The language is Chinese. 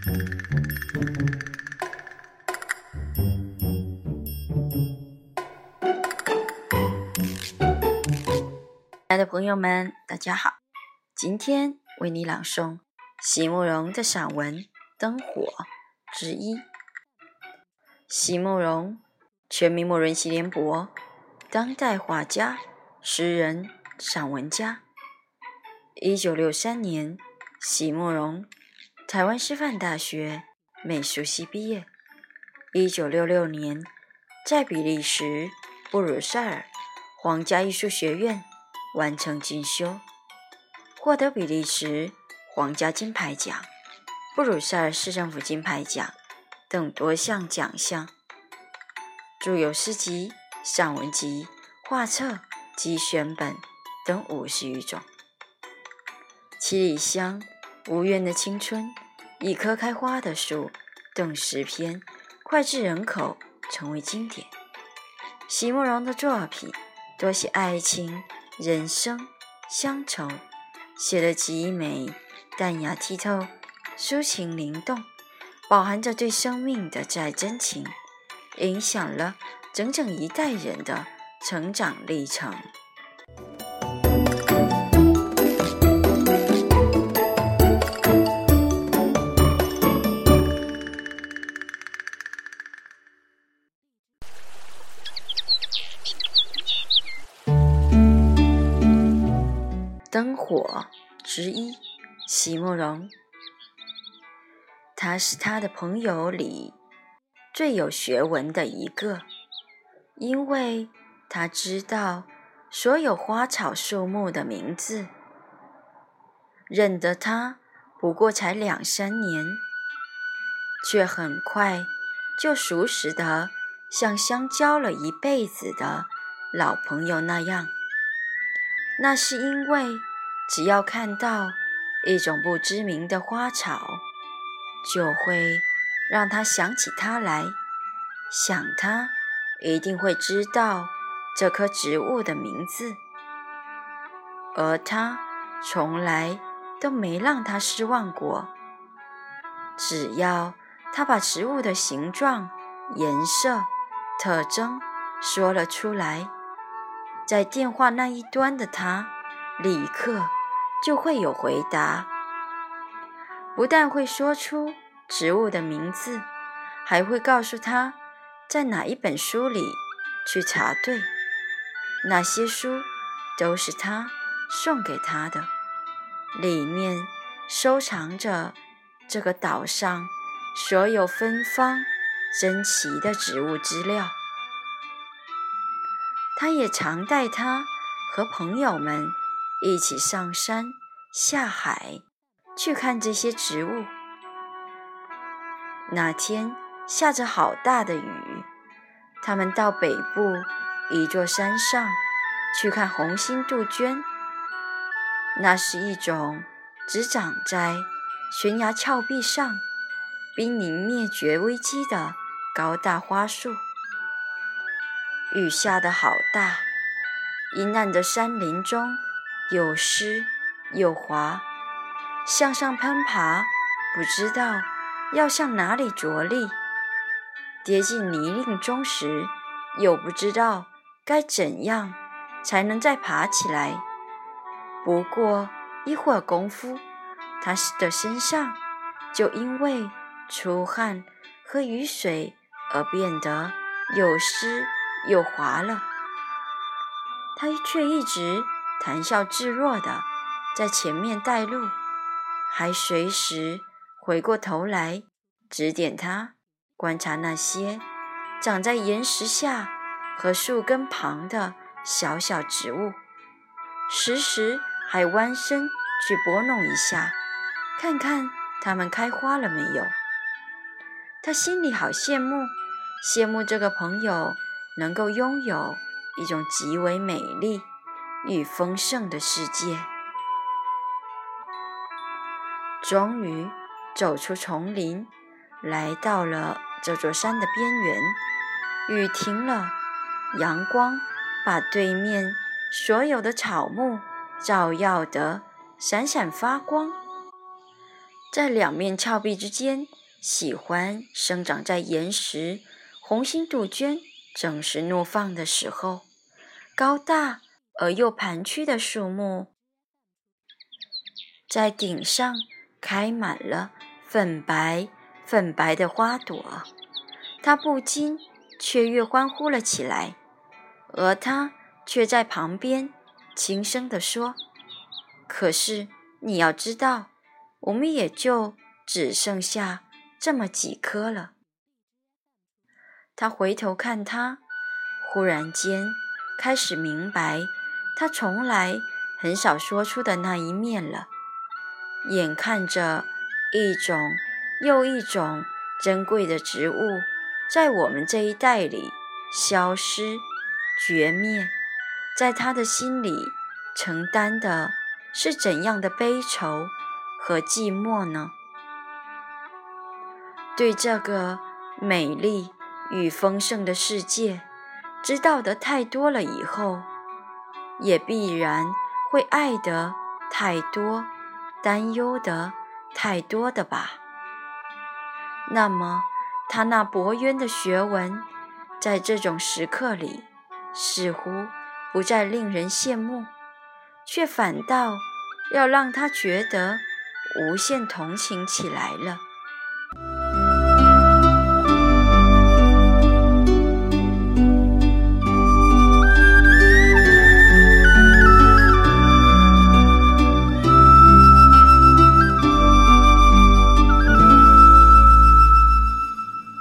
亲爱的朋友们，大家好，今天为你朗诵席慕容的散文《灯火》之一。席慕容，全名慕容席联博，当代画家、诗人、散文家。1963年，席慕容台湾师范大学美术系毕业。1966年，在比利时布鲁塞尔皇家艺术学院完成进修，获得比利时皇家金牌奖、布鲁塞尔市政府金牌奖等多项奖项，著有诗集、散文集、画册及选本等50余种。七里香、无怨的青春、一棵开花的树等诗篇脍炙人口，成为经典。席慕容的作品多写爱情、人生、乡愁，写得极美、淡雅剔透，抒情灵动，饱含着对生命的再真情，影响了整整一代人的成长历程。灯火之一，席慕容。他是他的朋友里最有学问的一个，因为他知道所有花草树木的名字。认得他不过才2-3年，却很快就熟识的像相交了一辈子的老朋友那样。那是因为只要看到一种不知名的花草，就会让他想起他来，想他一定会知道这棵植物的名字，而他从来都没让他失望过。只要他把植物的形状、颜色、特征说了出来，在电话那一端的他立刻就会有回答，不但会说出植物的名字，还会告诉他在哪一本书里去查对。那些书都是他送给他的，里面收藏着这个岛上所有芬芳珍奇的植物资料。他也常带他和朋友们一起上山下海去看这些植物。那天下着好大的雨，他们到北部一座山上去看红心杜鹃。那是一种只长在悬崖峭壁上、濒临灭绝危机的高大花树。雨下得好大，阴暗的山林中又湿又滑，向上攀爬，不知道要向哪里着力，跌进泥泞中时，又不知道该怎样才能再爬起来。不过一会儿功夫，他的身上就因为出汗和雨水而变得又湿又滑了。他却一直谈笑自若地在前面带路，还随时回过头来指点他观察那些长在岩石下和树根旁的小小植物，时时还弯身去拨弄一下，看看它们开花了没有。他心里好羡慕这个朋友能够拥有一种极为美丽与丰盛的世界。终于走出丛林，来到了这座山的边缘。雨停了，阳光把对面所有的草木照耀得闪闪发光。 在两面峭壁之间，喜欢生长在岩石、红心杜鹃正是怒放的时候。高大而又盘曲的树木，在顶上开满了粉白的花朵，他不禁雀跃欢呼了起来，而他却在旁边轻声地说：可是你要知道，我们也就只剩下这么几棵了。他回头看他，忽然间开始明白他从来很少说出的那一面了。眼看着一种又一种珍贵的植物在我们这一代里消失绝灭，在他的心里承担的是怎样的悲愁和寂寞呢？对这个美丽与丰盛的世界知道得太多了以后，也必然会爱得太多，担忧得太多的吧。那么他那博渊的学问在这种时刻里似乎不再令人羡慕，却反倒要让他觉得无限同情起来了。